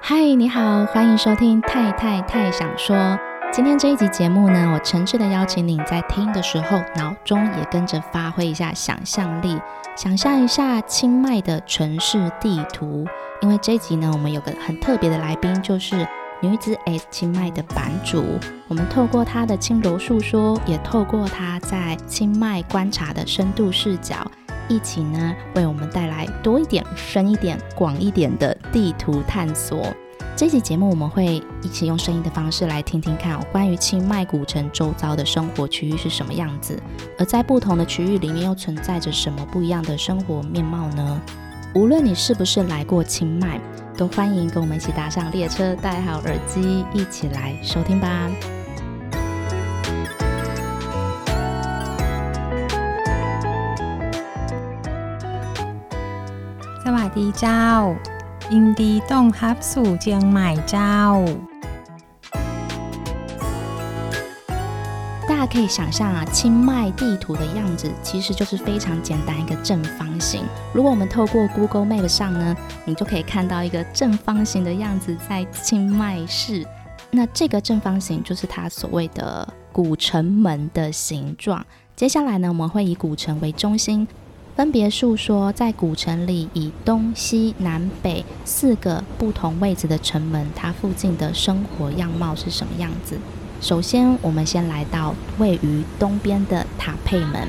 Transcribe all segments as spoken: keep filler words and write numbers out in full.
嗨，你好，欢迎收听太太太想说。今天这一集节目呢，我诚挚的邀请你在听的时候，脑中也跟着发挥一下想象力，想象一下清迈的城市地图。因为这一集呢，我们有个很特别的来宾，就是女子 S 清迈的版主。我们透过她的轻柔述说，也透过她在清迈观察的深度视角，一起呢为我们带来多一点、深一点、广一点的地图探索。这期节目我们会一起用声音的方式来听听看、哦、关于清迈古城周遭的生活区域是什么样子，而在不同的区域里面又存在着什么不一样的生活面貌呢？无论你是不是来过清迈，都欢迎跟我们一起搭上列车，戴好耳机，一起来收听吧。 สวัสดีเจ้ายินดีต้อนรับสู่เจียงใหม่เจ้า。 大家可以想象啊，清迈地图的样子其实就是非常简单一个正方形。如果我们透过 Google Map 上呢，你就可以看到一个正方形的样子在清迈市。那这个正方形就是它所谓的古城门的形状。接下来呢，我们会以古城为中心，分别述说在古城里以东西南北四个不同位置的城门，它附近的生活样貌是什么样子。首先我们先来到位于东边的塔佩门。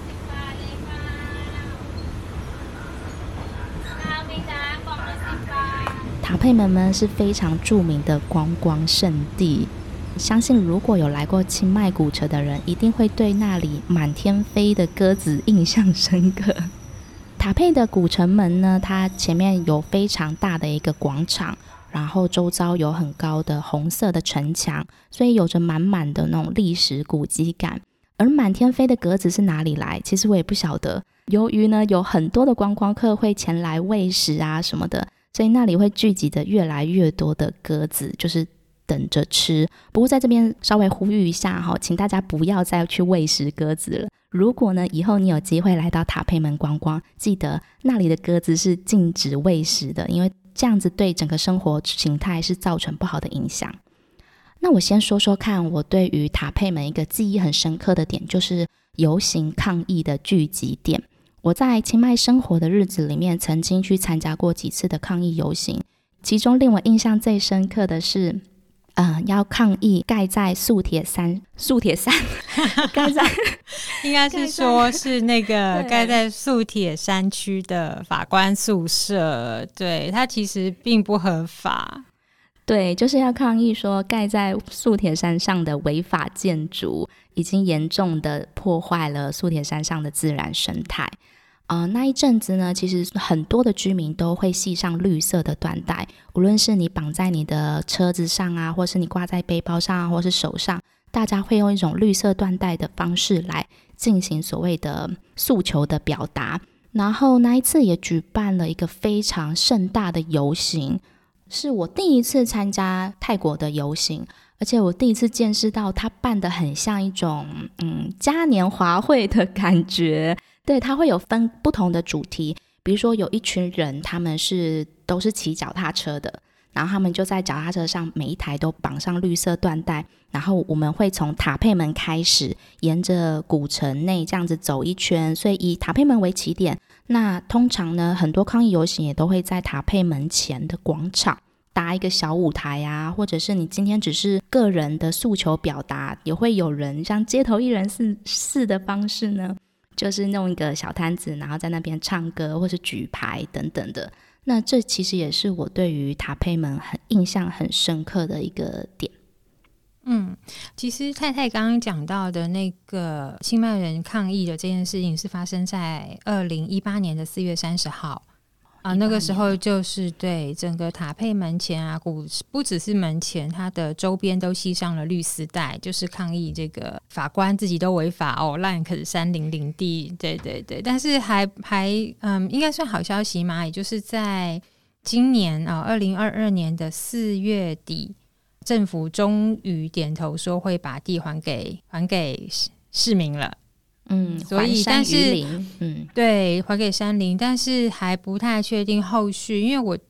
塔佩门呢是非常著名的观光胜地，相信如果有来过清迈古城的人，一定会对那里满天飞的鸽子印象深刻。塔佩的古城门呢，它前面有非常大的一个广场，然后周遭有很高的红色的城墙，所以有着满满的那种历史古迹感。而满天飞的鸽子是哪里来？其实我也不晓得。由于呢有很多的观光客会前来喂食啊什么的，所以那里会聚集着越来越多的鸽子，就是等着吃。不过在这边稍微呼吁一下，请大家不要再去喂食鸽子了。如果呢以后你有机会来到塔佩门观光，记得那里的鸽子是禁止喂食的，因为这样子对整个生活形态是造成不好的影响。那我先说说看，我对于塔佩门一个记忆很深刻的点，就是游行抗议的聚集点。我在清迈生活的日子里面，曾经去参加过几次的抗议游行，其中令我印象最深刻的是呃，要抗议盖在素铁山素铁山盖在应该是说是那个盖在素铁山区的法官宿舍，对，它其实并不合法。 对，就是要抗议说盖在素铁山上的违法建筑已经严重的破坏了素铁山上的自然生态。呃，那一阵子呢，其实很多的居民都会系上绿色的缎带，无论是你绑在你的车子上啊，或是你挂在背包上啊，或是手上，大家会用一种绿色缎带的方式来进行所谓的诉求的表达。然后那一次也举办了一个非常盛大的游行，是我第一次参加泰国的游行，而且我第一次见识到它办得很像一种嗯嘉年华会的感觉。对，它会有分不同的主题，比如说有一群人他们是都是骑脚踏车的，然后他们就在脚踏车上每一台都绑上绿色缎带，然后我们会从塔佩门开始沿着古城内这样子走一圈，所以以塔佩门为起点。那通常呢很多抗议游行也都会在塔佩门前的广场搭一个小舞台啊，或者是你今天只是个人的诉求表达，也会有人像街头艺人似的方式呢，就是弄一个小摊子，然后在那边唱歌或是举牌等等的。那这其实也是我对于塔佩门很印象很深刻的一个点。 嗯，其实太太刚刚讲到的那个清迈人抗议的这件事情是发生在二零一八年的四月三十号啊，那个时候就是对整个塔佩门前啊，不只是门前，它的周边都系上了绿丝带，就是抗议这个法官自己都违法哦，滥垦山林领地，对对对。但是还还嗯，应该算好消息嘛，也就是在今年啊，二零二二年的四月底，政府终于点头说会把地还给还给市民了。嗯，所以但是嗯，对，还给山林，但是还不太确定后续，因为我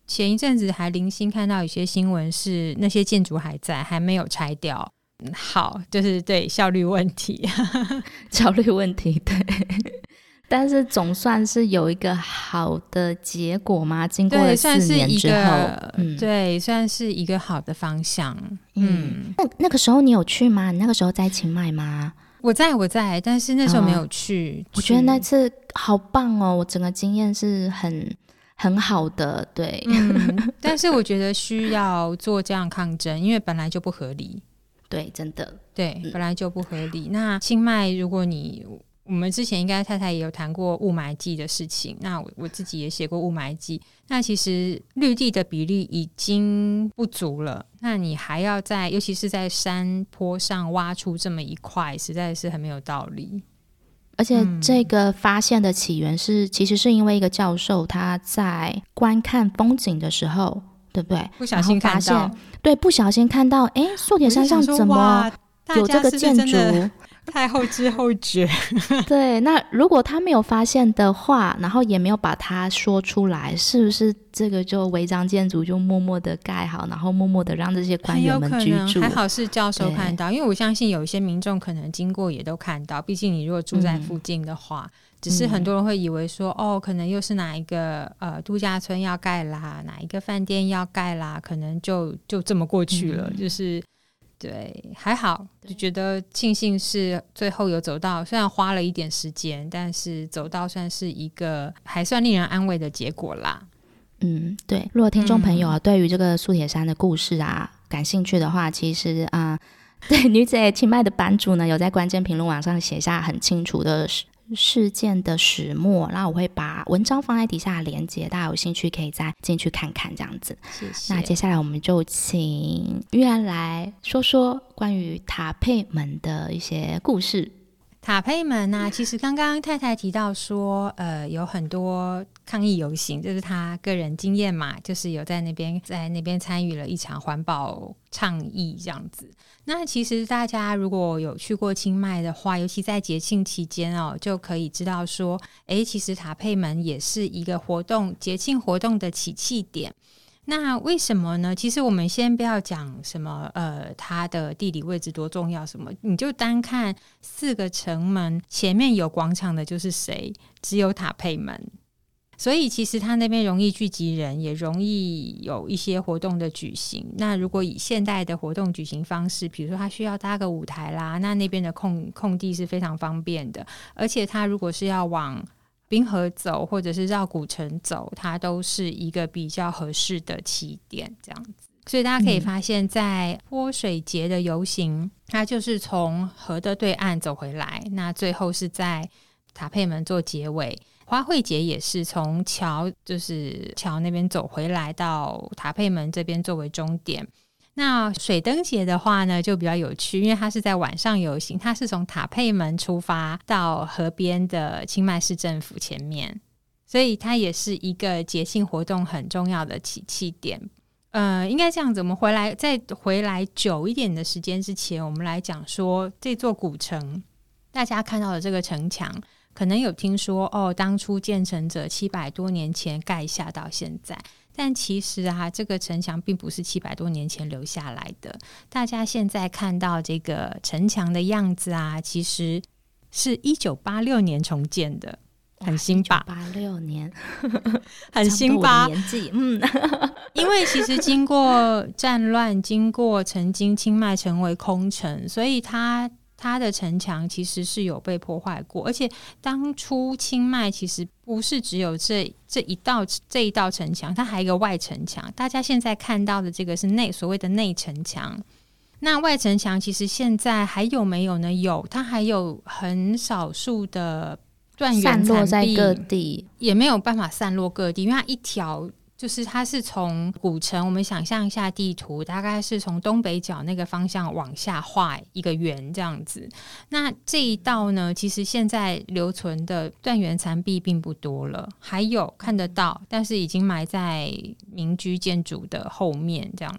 前一阵子还零星看到有些新闻是那些建筑还在，还没有拆掉。好，就是对效率问题效率问题，对但是总算是有一个好的结果吗？经过了四年之后， 嗯、对，算是一个好的方向。 嗯，那那个时候你有去吗？你那个时候在清迈吗？ 我在我在，但是那时候没有去。 哦、我觉得那次好棒哦，我整个经验是很很好的，对。 嗯，但是我觉得需要做这样抗争，因为本来就不合理。 对，真的， 对，本来就不合理。嗯、那清迈，如果你我们之前应该太太也有谈过雾霾季的事情，那 我, 我自己也写过雾霾季。那其实绿地的比例已经不足了，那你还要在，尤其是在山坡上挖出这么一块，实在是很没有道理。 而且这个发现的起源是、嗯、其实是因为一个教授他在观看风景的时候，对不对？ 不小心看到， 对，不小心看到，哎，素铁山上怎么有这个建筑？ 太后知后觉。 对，那如果他没有发现的话，然后也没有把它说出来，是不是这个就违章建筑就默默的盖好，然后默默的让这些官员们居住？ 还好是教授看到，因为我相信有一些民众可能经过也都看到，毕竟你如果住在附近的话、嗯、只是很多人会以为说、嗯、哦，可能又是哪一个呃度假村要盖啦，哪一个饭店要盖啦，可能就就这么过去了、嗯、就是对，还好，就觉得庆幸是最后有走到，虽然花了一点时间，但是走到算是一个还算令人安慰的结果啦。 嗯，对，如果听众朋友啊、嗯、对于这个素铁山的故事啊感兴趣的话，其实啊、呃，对女子清迈的版主呢有在关键评论网上写下很清楚的事件的始末，然后我会把文章放在底下的连结，大家有兴趣可以再进去看看这样子。 谢谢。 那接下来我们就请玉安来说说关于塔佩门的一些故事。 塔佩门啊，其实刚刚太太提到说呃，有很多抗议游行，这是她个人经验嘛，就是有在那边在那边参与了一场环保倡议这样子。那其实大家如果有去过清迈的话，尤其在节庆期间哦，就可以知道说诶，其实塔佩门也是一个活动节庆活动的起讫点。那为什么呢？其实我们先不要讲什么呃，它的地理位置多重要什么，你就单看四个城门前面有广场的就是谁？只有塔佩门。所以其实它那边容易聚集人，也容易有一些活动的举行。那如果以现代的活动举行方式，比如说它需要搭个舞台啦，那那边的空空地是非常方便的。而且它如果是要往滨河走或者是绕古城走，它都是一个比较合适的起点这样子。所以大家可以发现在泼水节的游行，它就是从河的对岸走回来，那最后是在塔佩门做结尾。花卉节也是从桥就是桥那边走回来到塔佩门这边作为终点。那水灯节的话呢就比较有趣，因为它是在晚上游行，它是从塔佩门出发到河边的清迈市政府前面，所以它也是一个节庆活动很重要的起讫点。呃，应该这样子，我们回来再回来久一点的时间之前，我们来讲说这座古城，大家看到的这个城墙可能有听说哦，当初建成者七百多年前盖下到现在，但其实啊，这个城墙并不是七百多年前留下来的。大家现在看到这个城墙的样子啊，其实是一九八六年重建的，很新吧？ 一九八六年， 很新吧？ 年纪，嗯， 因为其实经过战乱，经过曾经清迈成为空城，所以它。它的城墙其实是有被破坏过，而且当初清迈其实不是只有这这一道这一道城墙，它还有一个外城墙。大家现在看到的这个是内所谓的内城墙。那外城墙其实现在还有没有呢？有，它还有很少数的断垣残壁，散落在各地，也没有办法散落各地，因为它一条。就是它是从古城，我们想象一下地图，大概是从东北角那个方向往下画一个圆这样子。那这一道呢，其实现在留存的断垣残壁并不多了，还有看得到，但是已经埋在民居建筑的后面这样子。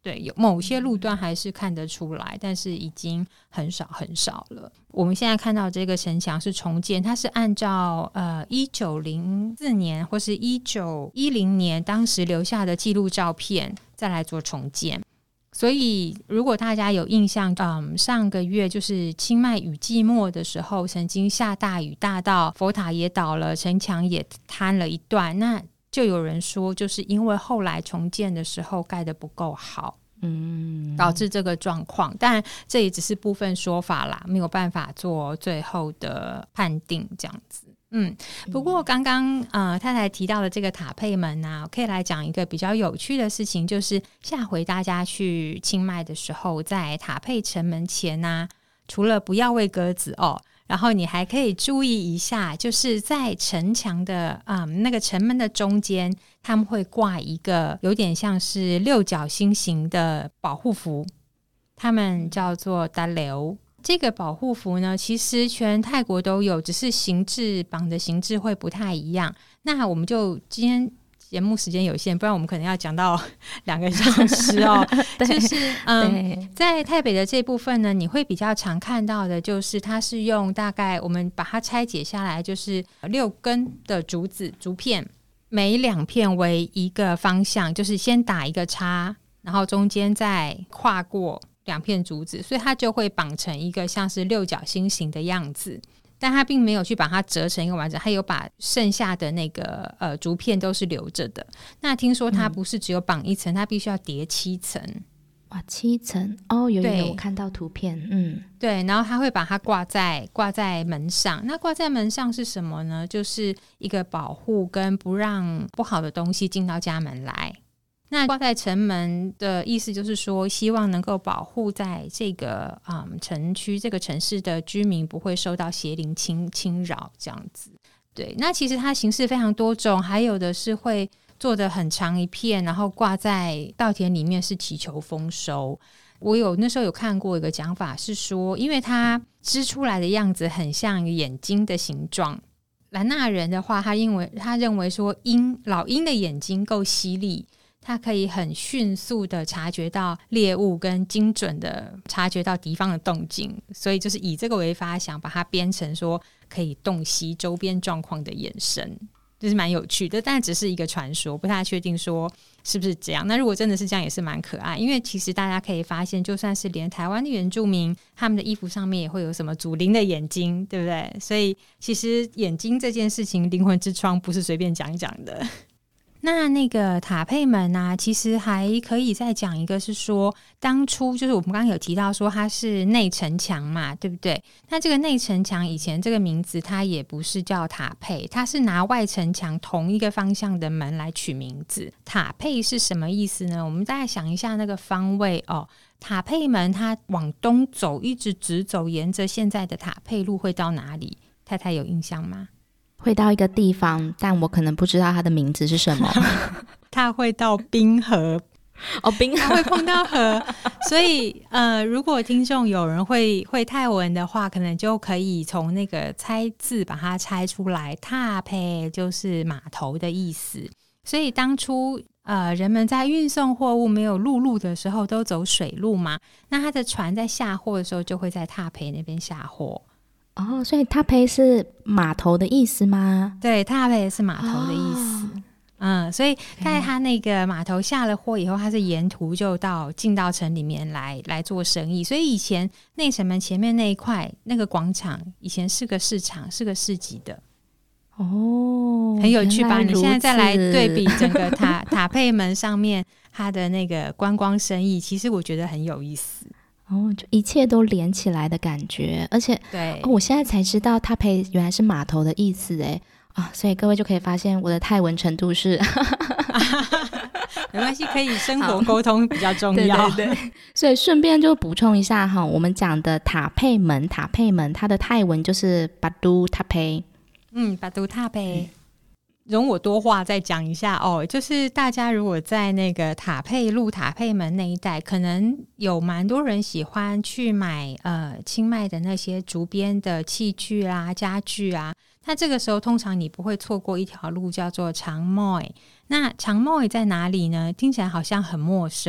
对，有某些路段还是看得出来，但是已经很少很少了。我们现在看到这个城墙是重建，它是按照呃一九零四年或是一九一零年当时留下的记录照片再来做重建。所以如果大家有印象，嗯，上个月就是清迈雨季末的时候，曾经下大雨，大到佛塔也倒了，城墙也坍了一段，那就有人说就是因为后来重建的时候盖得不够好，嗯，导致这个状况。当然这也只是部分说法啦，没有办法做最后的判定这样子。嗯，不过刚刚呃太太提到的这个塔佩门啊，可以来讲一个比较有趣的事情，就是下回大家去清迈的时候，在塔佩城门前啊，除了不要喂鸽子哦，然后你还可以注意一下，就是在城墙的嗯那个城门的中间，他们会挂一个有点像是六角星形的保护符，他们叫做达流。这个保护符呢，其实全泰国都有，只是形制绑的形制会不太一样。那我们就今天节目时间有限，不然我们可能要讲到两个小时哦。就是嗯，在台北的这部分呢，你会比较常看到的就是它是用大概我们把它拆解下来，就是六根的竹子竹片，每两片为一个方向，就是先打一个叉，然后中间再跨过两片竹子，所以它就会绑成一个像是六角星形的样子，但它并没有去把它折成一个完整，它有把剩下的那个呃竹片都是留着的。那听说它不是只有绑一层，它必须要叠七层。 哇，七层哦，有有我看到图片，嗯， 对，然后它会把它挂在挂在门上。那挂在门上是什么呢？就是一个保护跟不让不好的东西进到家门来。那挂在城门的意思就是说，希望能够保护在这个、嗯、城区这个城市的居民不会受到邪灵侵侵扰这样子。对，那其实它形式非常多种，还有的是会做的很长一片，然后挂在稻田里面是祈求丰收。我有那时候有看过一个讲法是说，因为它织出来的样子很像眼睛的形状，兰纳人的话他因为他认为说鹰老鹰的眼睛够犀利，它可以很迅速的察觉到猎物跟精准的察觉到敌方的动静，所以就是以这个为发想，把它编成说可以洞悉周边状况的眼神，就是蛮有趣的，但只是一个传说，不太确定说是不是这样。那如果真的是这样也是蛮可爱，因为其实大家可以发现，就算是连台湾的原住民，他们的衣服上面也会有什么祖灵的眼睛，对不对？所以其实眼睛这件事情，灵魂之窗不是随便讲讲的。那那个塔佩门啊，其实还可以再讲一个，是说当初就是我们刚刚有提到说它是内城墙嘛，对不对？那这个内城墙以前这个名字它也不是叫塔佩，它是拿外城墙同一个方向的门来取名字。塔佩是什么意思呢？我们大概想一下那个方位哦。塔佩门它往东走，一直直走，沿着现在的塔佩路会到哪里？太太有印象吗？ 会到一个地方，但我可能不知道它的名字是什么。 它会到冰河哦，冰河会碰到河，所以呃，如果听众有人会会泰文的话，可能就可以从那个猜字把它猜出来。塔佩就是码头的意思，所以当初呃人们在运送货物没有陆路的时候，都走水路嘛，那他的船在下货的时候，就会在塔佩那边下货。 哦，所以塔佩是码头的意思吗？ 对，塔佩是码头的意思、哦、嗯，所以在他那个码头下了货以后，他是沿途就到进到城里面来来做生意。所以以前内城门前面那一块那个广场以前是个市场，是个市集的。 哦， 很有趣吧？你现在再来对比整个塔塔佩门上面它的那个观光生意，其实我觉得很有意思。 哦，就一切都连起来的感觉，而且对、 哦，我现在才知道塔佩原来是码头的意思哎啊，所以各位就可以发现我的泰文程度是没关系，可以生活沟通比较重要。 对对对，所以顺便就补充一下哈，我们讲的塔佩门，塔佩门它的泰文就是巴都塔佩， 嗯，巴都塔佩。容我多话再讲一下哦，就是大家如果在那个塔佩路塔佩门那一带，可能有蛮多人喜欢去买呃清迈的那些竹编的器具啊家具啊，那这个时候通常你不会错过一条路叫做长莫。那长莫在哪里呢？听起来好像很陌生，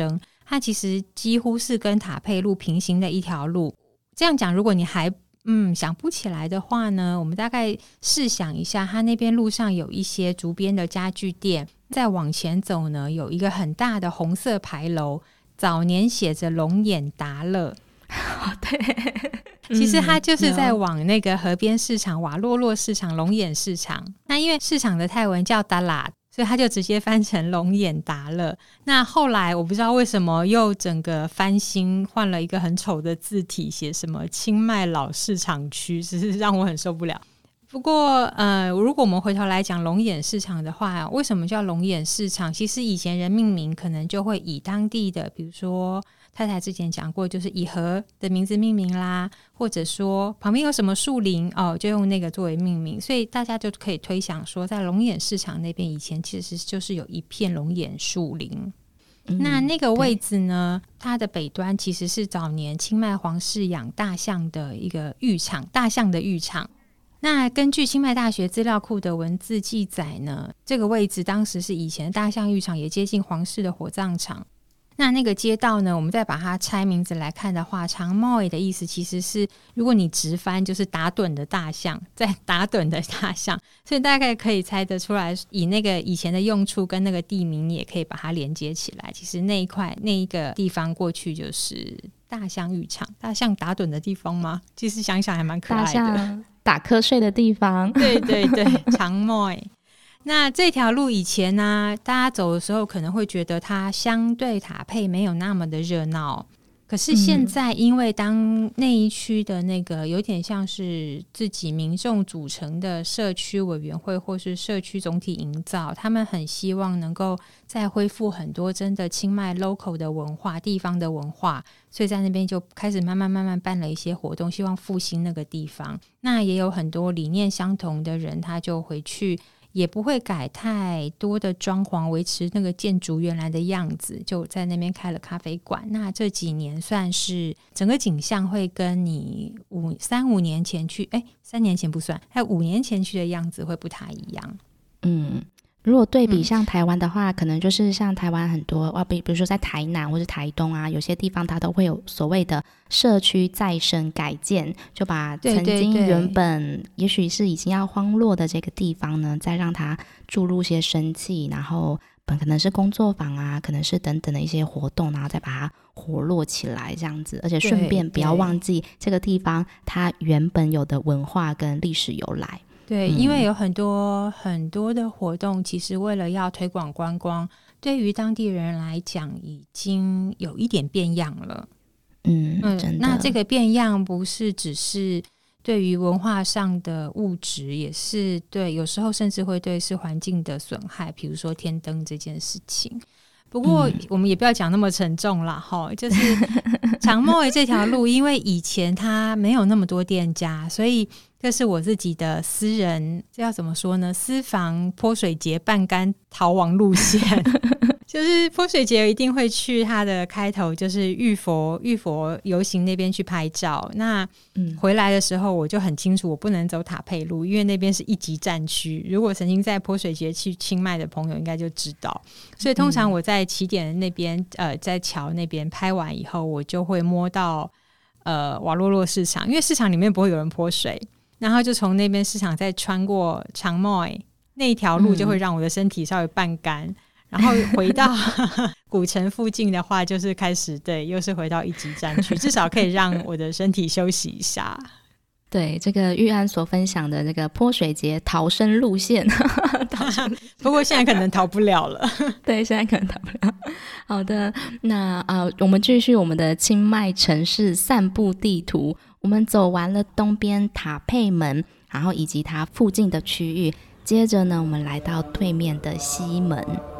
它其实几乎是跟塔佩路平行的一条路。这样讲，如果你还嗯想不起来的话呢，我们大概试想一下，它那边路上有一些竹编的家具店，再往前走呢，有一个很大的红色牌楼，早年写着龙眼达乐。 对， 其实它就是在往那个河边市场、瓦洛洛市场、龙眼市场。那因为市场的泰文叫达拉，所以它就直接翻成龙眼达乐。那后来我不知道为什么又整个翻新，换了一个很丑的字体，写什么清迈老市场区，只是让我很受不了。不过呃，如果我们回头来讲龙眼市场的话，为什么叫龙眼市场？其实以前人命名可能就会以当地的，比如说太太之前讲过，就是以河的名字命名啦，或者说旁边有什么树林哦，就用那个作为命名，所以大家就可以推想说，在龙眼市场那边以前其实就是有一片龙眼树林。嗯、那那个位置呢，它的北端其实是早年清迈皇室养大象的一个浴场，大象的浴场。那根据清迈大学资料库的文字记载呢，这个位置当时是以前大象浴场，也接近皇室的火葬场。那那个街道呢，我们再把它拆名字来看的话，长茂的意思其实是，如果你直翻就是打盹的大象，在打盹的大象，所以大概可以猜得出来，以那个以前的用处跟那个地名也可以把它连接起来。其实那一块那一个地方过去就是大象浴场，大象打盹的地方吗？其实想想还蛮可爱的，大象打瞌睡的地方。 对对对，长茂。那这条路以前呢、啊，大家走的时候可能会觉得它相对塔佩没有那么的热闹，可是现在因为当那一区的那个有点像是自己民众组成的社区委员会或是社区总体营造，他们很希望能够再恢复很多真的清迈 local 的文化，地方的文化，所以在那边就开始慢慢慢慢办了一些活动，希望复兴那个地方。那也有很多理念相同的人，他就回去也不会改太多的装潢，维持那个建筑原来的样子，就在那边开了咖啡馆。那这几年算是整个景象会跟你五三五年前去，哎，三年前不算，还有五年前去的样子会不太一样。 嗯，如果对比像台湾的话、嗯、可能就是像台湾很多比比如说在台南或是台东啊，有些地方它都会有所谓的社区再生改建，就把曾经原本也许是已经要荒落的这个地方呢，再让它注入些生气，然后本可能是工作坊啊，可能是等等的一些活动，然后再把它活络起来这样子，而且顺便不要忘记这个地方它原本有的文化跟历史由来。 对，因为有很多、嗯、很多的活动其实为了要推广观光，对于当地人来讲已经有一点变样了。 嗯嗯，真的。 那这个变样不是只是对于文化上的物质，也是对有时候甚至会对是环境的损害，比如说天灯这件事情。不过我们也不要讲那么沉重啦、嗯、就是长茂这条路因为以前它没有那么多店家，所以这是我自己的私人，这要怎么说呢，私房泼水节半干逃亡路线就是泼水节一定会去它的开头，就是玉佛玉佛游行那边去拍照。那回来的时候我就很清楚我不能走塔佩路，因为那边是一级战区，如果曾经在泼水节去清迈的朋友应该就知道。所以通常我在起点那边、嗯、呃，在桥那边拍完以后，我就会摸到呃瓦洛洛市场，因为市场里面不会有人泼水，然后就从那边市场再穿过长茂那一条路，就会让我的身体稍微半干、嗯、然后回到古城附近的话就是开始对又是回到一级战区，至少可以让我的身体休息一下。 对，这个玉安所分享的这个泼水节逃生路线不过现在可能逃不了了对，现在可能逃不了。好的，那呃，我们继续我们的清迈城市散步地图。我们走完了东边塔佩门，然后以及它附近的区域，接着呢我们来到对面的西门。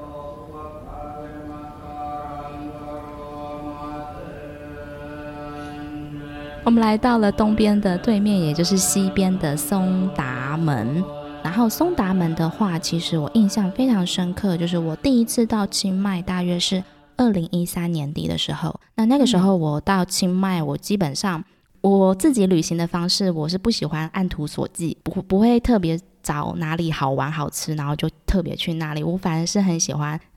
我们来到了东边的对面，也就是西边的松达门。然后松达门的话，其实我印象非常深刻，就是我第一次到清迈大约是二零一三年底的时候。那那个时候我到清迈，我基本上我自己旅行的方式，我是不喜欢按图索骥，不不会特别找哪里好玩好吃然后就特别去那里，我反而是很喜欢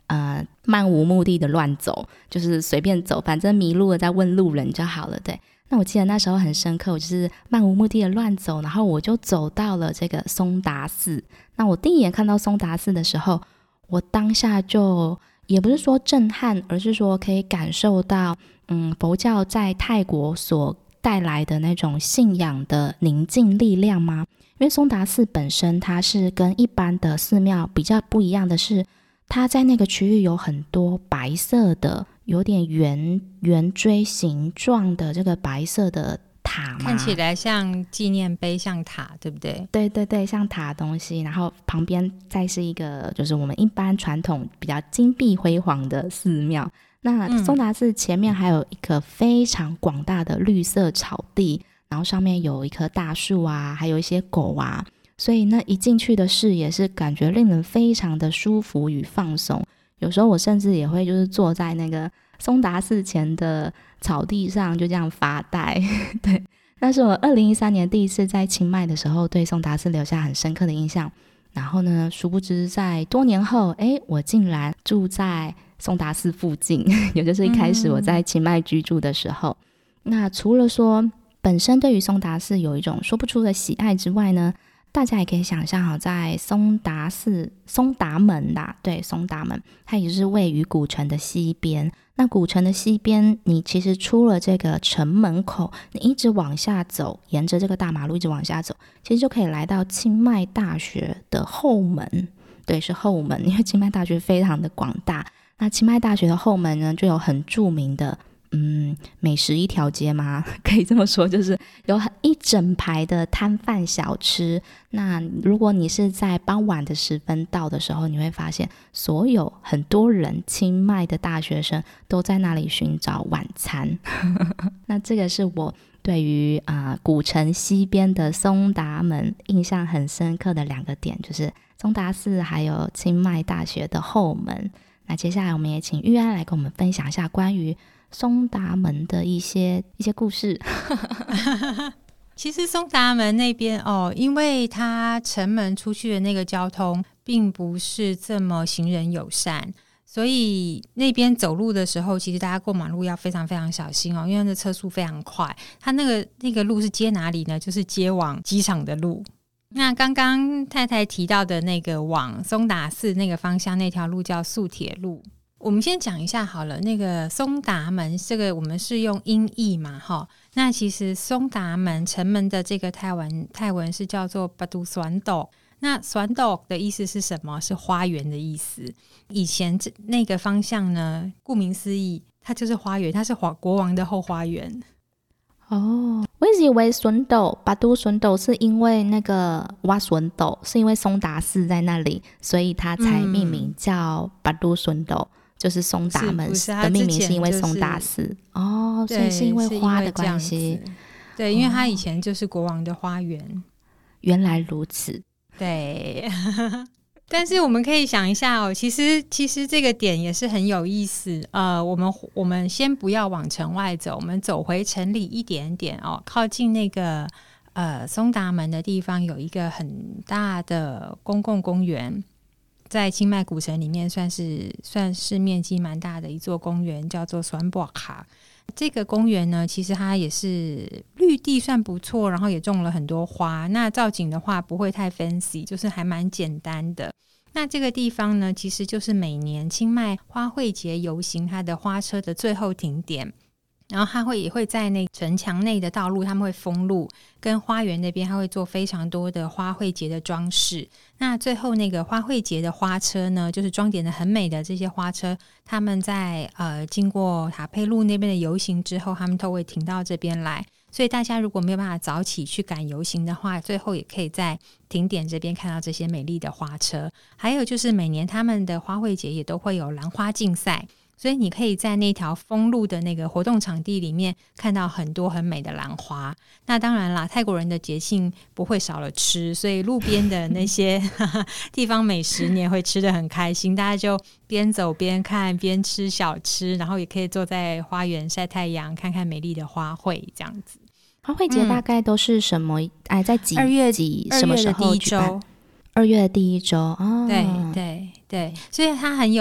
呃漫无目的的乱走，就是随便走，反正迷路了再问路人就好了。对，那我记得那时候很深刻，我就是漫无目的的乱走，然后我就走到了这个松达寺。那我第一眼看到松达寺的时候，我当下就也不是说震撼，而是说可以感受到嗯佛教在泰国所带来的那种信仰的宁静力量吗？因为松达寺本身它是跟一般的寺庙比较不一样的是，它在那个区域有很多白色的有点圆圆锥形状的这个白色的塔嘛， 看起来像纪念碑，像塔，对不对？ 对对对，像塔的东西，然后旁边再是一个就是我们一般传统比较金碧辉煌的寺庙。那松达寺前面还有一个非常广大的绿色草地，然后上面有一棵大树啊，还有一些狗啊，所以那一进去的视野是感觉令人非常的舒服与放松。有时候我甚至也会就是坐在那个松达寺前的草地上就这样发呆对，那是我二零一三年第一次在清迈的时候对松达寺留下很深刻的印象。然后呢，殊不知在多年后，诶，我竟然住在松达寺附近，也就是一开始我在清迈居住的时候、嗯、那除了说本身对于松达寺有一种说不出的喜爱之外呢，大家也可以想象好，在松达寺松达门啦，对，松达门它也是位于古城的西边。那古城的西边，你其实出了这个城门口，你一直往下走，沿着这个大马路一直往下走，其实就可以来到清迈大学的后门。对，是后门，因为清迈大学非常的广大。那清迈大学的后门呢，就有很著名的嗯，美食一条街吗？可以这么说，就是有一整排的摊贩小吃。那如果你是在傍晚的时分到的时候，你会发现所有很多人清迈的大学生都在那里寻找晚餐那这个是我对于、呃、古城西边的松达门印象很深刻的两个点，就是松达寺还有清迈大学的后门。那接下来我们也请玉安来跟我们分享一下关于松达门的一些一些故事其实松达门那边哦，因为它城门出去的那个交通并不是这么行人友善，所以那边走路的时候，其实大家过马路要非常非常小心哦，因为那车速非常快。它那个那个路是接哪里呢？就是接往机场的路。那刚刚太太提到的那个往松达寺那个方向那条路叫素铁路。我们先讲一下好了，那个松达门这个我们是用音译嘛齁，那其实松达门城门的这个泰文泰文是叫做巴都酸斗。那酸斗的意思是什么？是花园的意思。以前那个方向呢，顾名思义它就是花园，它是国王的后花园。 哦，我一直以为孙斗巴都孙斗是因为那个挖孙斗是因为松达寺在那里，所以它才命名叫巴都孙斗、嗯、就是松达门的命名是因为松达寺、就是、哦，所以是因为花的关系。 对，因为它以前就是国王的花园、哦、 原来如此。 对但是我们可以想一下哦，其实其实这个点也是很有意思。呃，我们我们先不要往城外走，我们走回城里一点点哦，靠近那个呃松达门的地方有一个很大的公共公园，在清迈古城里面算是算是面积蛮大的一座公园，叫做酸博卡。这个公园呢，其实它也是绿地算不错，然后也种了很多花。那造景的话不会太 fancy， 就是还蛮简单的。那这个地方呢，其实就是每年清迈花卉节游行它的花车的最后停点。然后它会也会在那城墙内的道路他们会封路，跟花园那边它会做非常多的花卉节的装饰。那最后那个花卉节的花车呢，就是装点的很美的这些花车，他们在呃经过塔佩路那边的游行之后，他们都会停到这边来。所以大家如果没有办法早起去赶游行的话，最后也可以在停点这边看到这些美丽的花车。还有就是每年他们的花卉节也都会有兰花竞赛，所以你可以在那条封路的那个活动场地里面看到很多很美的兰花。那当然啦，泰国人的节庆不会少了吃，所以路边的那些地方美食你也会吃得很开心。大家就边走边看边吃小吃，然后也可以坐在花园晒太阳，看看美丽的花卉这样子。 花卉节大概都是什么、嗯、哎，在几二月几什么时候举办？二月的第一周、哦、 对对对，所以它很有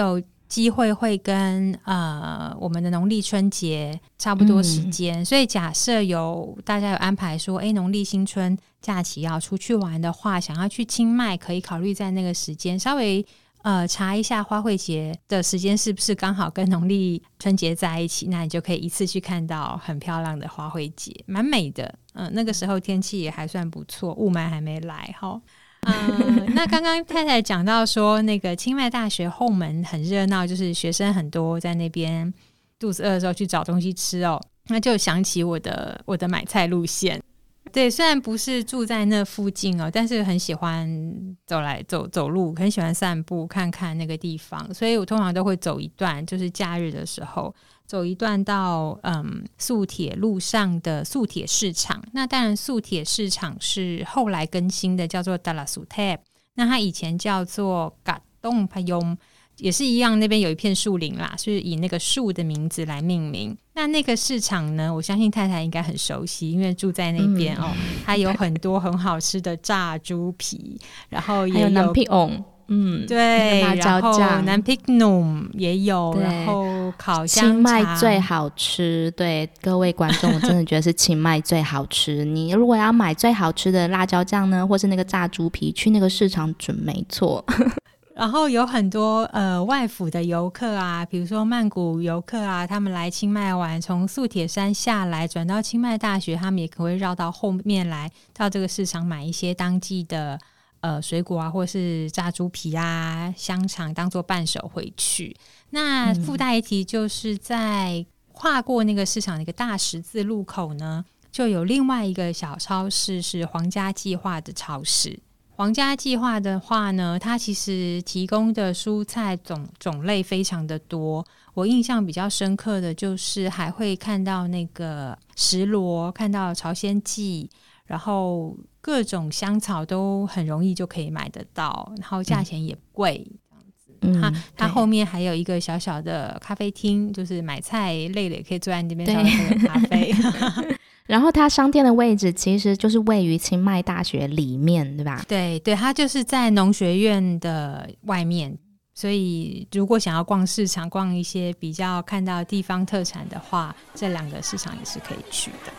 机会会跟呃我们的农历春节差不多时间、嗯、所以假设有大家有安排说哎，农历新春假期要出去玩的话，想要去清迈，可以考虑在那个时间稍微呃查一下花卉节的时间是不是刚好跟农历春节在一起，那你就可以一次去看到很漂亮的花卉节，蛮美的。嗯、呃，那个时候天气也还算不错，雾霾还没来齁。嗯，那刚刚太太讲到说那个清迈大学后门很热闹，就是学生很多在那边肚子饿的时候去找东西吃哦，那就想起我的我的买菜路线。对，虽然不是住在那附近哦，但是很喜欢走来走走路，很喜欢散步看看那个地方，所以我通常都会走一段，就是假日的时候走一段到嗯素铁路上的素铁市场。那当然素铁市场是后来更新的，叫做 Dala Sutep， 那它以前叫做 Gatong Payong， 也是一样，那边有一片树林啦，是以那个树的名字来命名。那那个市场呢，我相信太太应该很熟悉，因为住在那边、嗯、哦，它有很多很好吃的炸猪皮，然后也有还有南皮翁，嗯， 对， 辣椒酱， 然后南皮农也有，然后烤香肠， 清迈最好吃。对各位观众，我真的觉得是清迈最好吃。你如果要买最好吃的辣椒酱呢，或是那个炸猪皮，去那个市场准没错。 然后有很多呃外府的游客啊，比如说曼谷游客啊，他们来清迈玩，从素铁山下来转到清迈大学，他们也可能会绕到后面来，到这个市场买一些当季的呃水果啊，或是炸猪皮啊、香肠当做伴手回去。那附带一提，就是在跨过那个市场的一个大十字路口呢，就有另外一个小超市，是皇家计划的超市。皇家计划的话呢，它其实提供的蔬菜种种类非常的多。我印象比较深刻的就是还会看到那个石螺，看到朝鲜蓟，然后各种香草都很容易就可以买得到，然后价钱也不贵。嗯、它它后面还有一个小小的咖啡厅，就是买菜累了也可以坐在那边稍微喝咖啡。 然后它商店的位置其实就是位于清迈大学里面，对吧？ 对对，它就是在农学院的外面，所以如果想要逛市场，逛一些比较看到地方特产的话，这两个市场也是可以去的。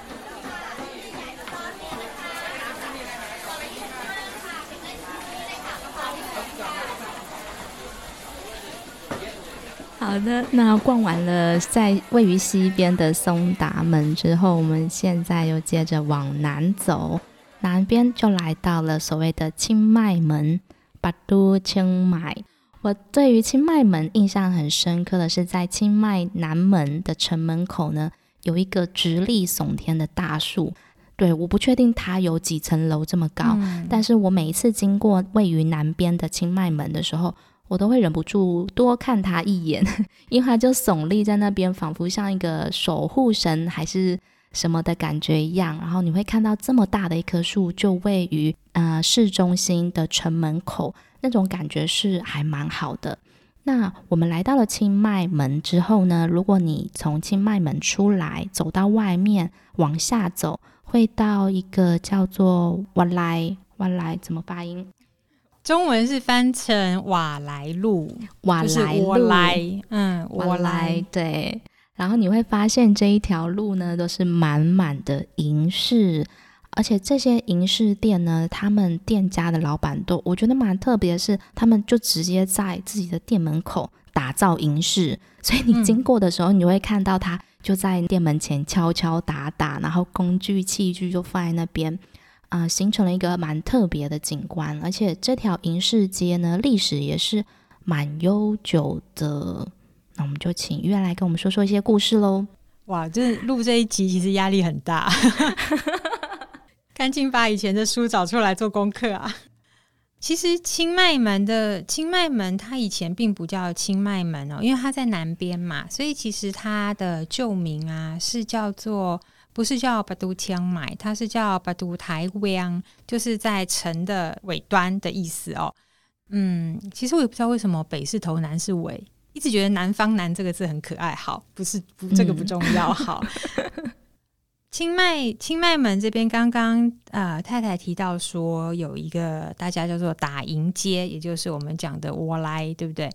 好的，那逛完了在位于西边的松达门之后，我们现在又接着往南走，南边就来到了所谓的清迈门，巴都清迈。我对于清迈门印象很深刻的是，在清迈南门的城门口呢，有一个直立耸天的大树。对，我不确定它有几层楼这么高、嗯、但是我每一次经过位于南边的清迈门的时候，我都会忍不住多看它一眼，因为它就耸立在那边，仿佛像一个守护神还是什么的感觉一样。然后你会看到这么大的一棵树就位于呃市中心的城门口，那种感觉是还蛮好的。那我们来到了清迈门之后呢，如果你从清迈门出来走到外面往下走，会到一个叫做瓦莱，瓦莱怎么发音？ 中文是翻成瓦莱路， 瓦莱路， 就是莱，嗯， 瓦莱，对。然后你会发现这一条路呢，都是满满的银饰，而且这些银饰店呢，他们店家的老板都，我觉得蛮特别的是，他们就直接在自己的店门口打造银饰，所以你经过的时候，你会看到他就在店门前敲敲打打，然后工具器具就放在那边。呃，形成了一个蛮特别的景观，而且这条银饰街呢，历史也是蛮悠久的。那我们就请月来跟我们说说一些故事咯。 哇，这录这一集其实压力很大，赶紧把以前的书找出来做功课啊。其实清迈门的清迈门，它以前并不叫清迈门哦，因为它在南边嘛，所以其实它的旧名啊是叫做。不是叫巴都清迈，它是叫巴都台湾，就是在城的尾端的意思哦。嗯，其实我也不知道为什么北是头南是尾，一直觉得南方南这个字很可爱。好，不是不这个不重要。好，清迈清迈门这边刚刚呃太太提到说有一个大家叫做打银街，也就是我们讲的窝来，对不对？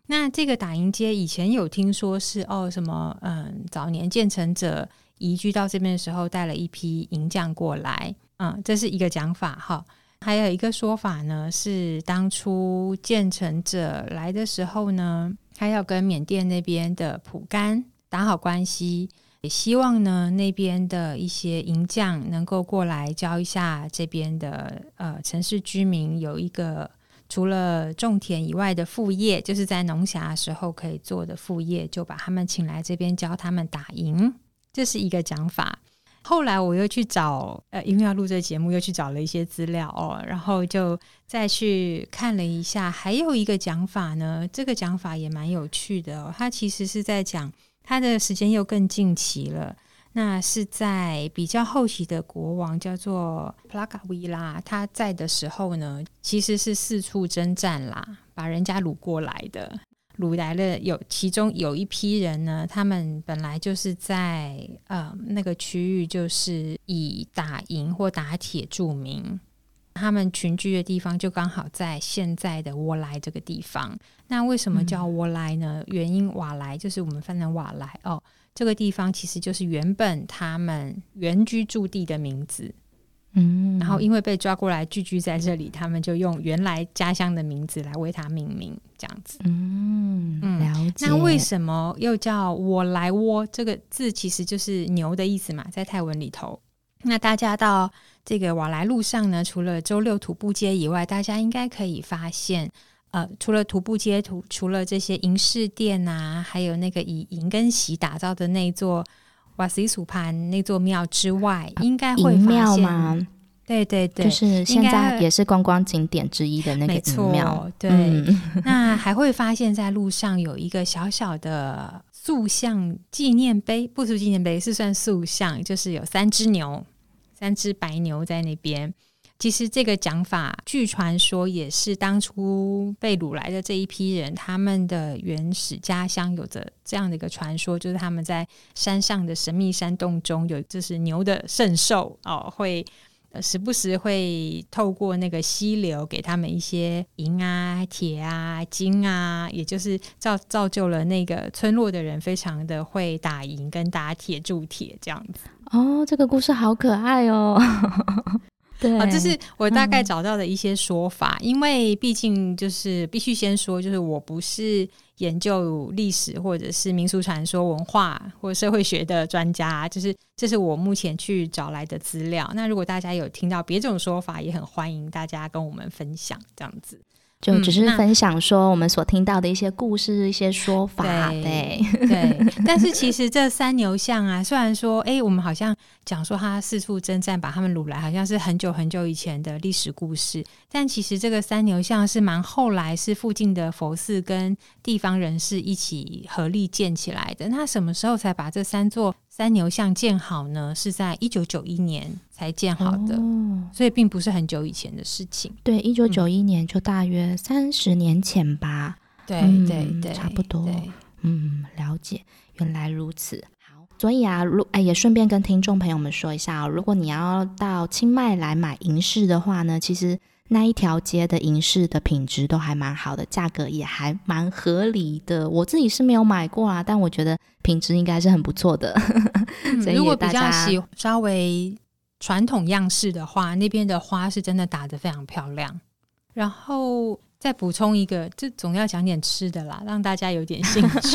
那这个打营街以前有听说是哦什么嗯，早年建成者移居到这边的时候带了一批营将过来，嗯，这是一个讲法哈。还有一个说法呢，是当初建成者来的时候呢，他要跟缅甸那边的蒲甘打好关系，也希望呢那边的一些营将能够过来教一下这边的呃城市居民有一个除了种田以外的副业，就是在农暇的时候可以做的副业，就把他们请来这边教他们打营，这是一个讲法。后来我又去找呃，因为要录这个节目又去找了一些资料哦，然后就再去看了一下，还有一个讲法呢，这个讲法也蛮有趣的哦，它其实是在讲它的时间又更近期了，那是在比较后期的国王叫做普拉卡维拉，他在的时候呢，其实是四处征战啦，把人家掳过来的。掳来了有其中有一批人呢，他们本来就是在呃那个区域就是以打营或打铁著名，他们群居的地方就刚好在现在的沃莱这个地方。那为什么叫沃莱呢？嗯、原因瓦莱就是我们翻成瓦莱哦，这个地方其实就是原本他们原居住地的名字。嗯，然后因为被抓过来聚居在这里，他们就用原来家乡的名字来为它命名，这样子。 嗯，了解。 那为什么又叫我来窝？这个字其实就是牛的意思嘛，在泰文里头。那大家到这个瓦莱路上呢，除了周六徒步街以外，大家应该可以发现，呃，除了徒步街，除除了这些银饰店啊，还有那个以银跟锡打造的那座瓦西苏潘那座庙之外，应该会发现吗？ 对对对， 就是现在也是观光景点之一的那个银庙。 对、嗯，那还会发现在路上有一个小小的塑像纪念碑，不是纪念碑，是算塑像，就是有三只牛，三只白牛在那边。其实这个讲法据传说也是当初被掳来的这一批人他们的原始家乡有着这样的一个传说，就是他们在山上的神秘山洞中有就是牛的圣兽、哦、会、呃、时不时会透过那个溪流给他们一些银啊铁啊金啊，也就是造造就了那个村落的人非常的会打银跟打铁铸铁这样子。 哦，这个故事好可爱哦。对、 啊，这是我大概找到的一些说法、嗯、因为毕竟就是必须先说，就是我不是研究历史或者是民俗传说文化或者社会学的专家，就是这是我目前去找来的资料。那如果大家有听到别种说法，也很欢迎大家跟我们分享这样子， 就只是分享说我们所听到的一些故事、嗯、一些说法。对对, 对但是其实这三牛像啊，虽然说哎，我们好像讲说他四处征战把他们掳来，好像是很久很久以前的历史故事，但其实这个三牛像是蛮后来是附近的佛寺跟地方人士一起合力建起来的。那什么时候才把这三座三牛像建好呢？是在一九九一年才建好的、哦、所以并不是很久以前的事情。 对，一九九一年就大约三十年前吧。 对、 嗯、 对对， 差不多。嗯，了解，原来如此。好，所以啊，哎，也顺便跟听众朋友们说一下、哦、如果你要到清迈来买银饰的话呢，其实那一条街的银饰的品质都还蛮好的，价格也还蛮合理的。我自己是没有买过啊，但我觉得品质应该是很不错的。 嗯、所以如果比较喜稍微传统样式的话，那边的花是真的打得非常漂亮。然后再补充一个，这总要讲点吃的啦，让大家有点兴趣。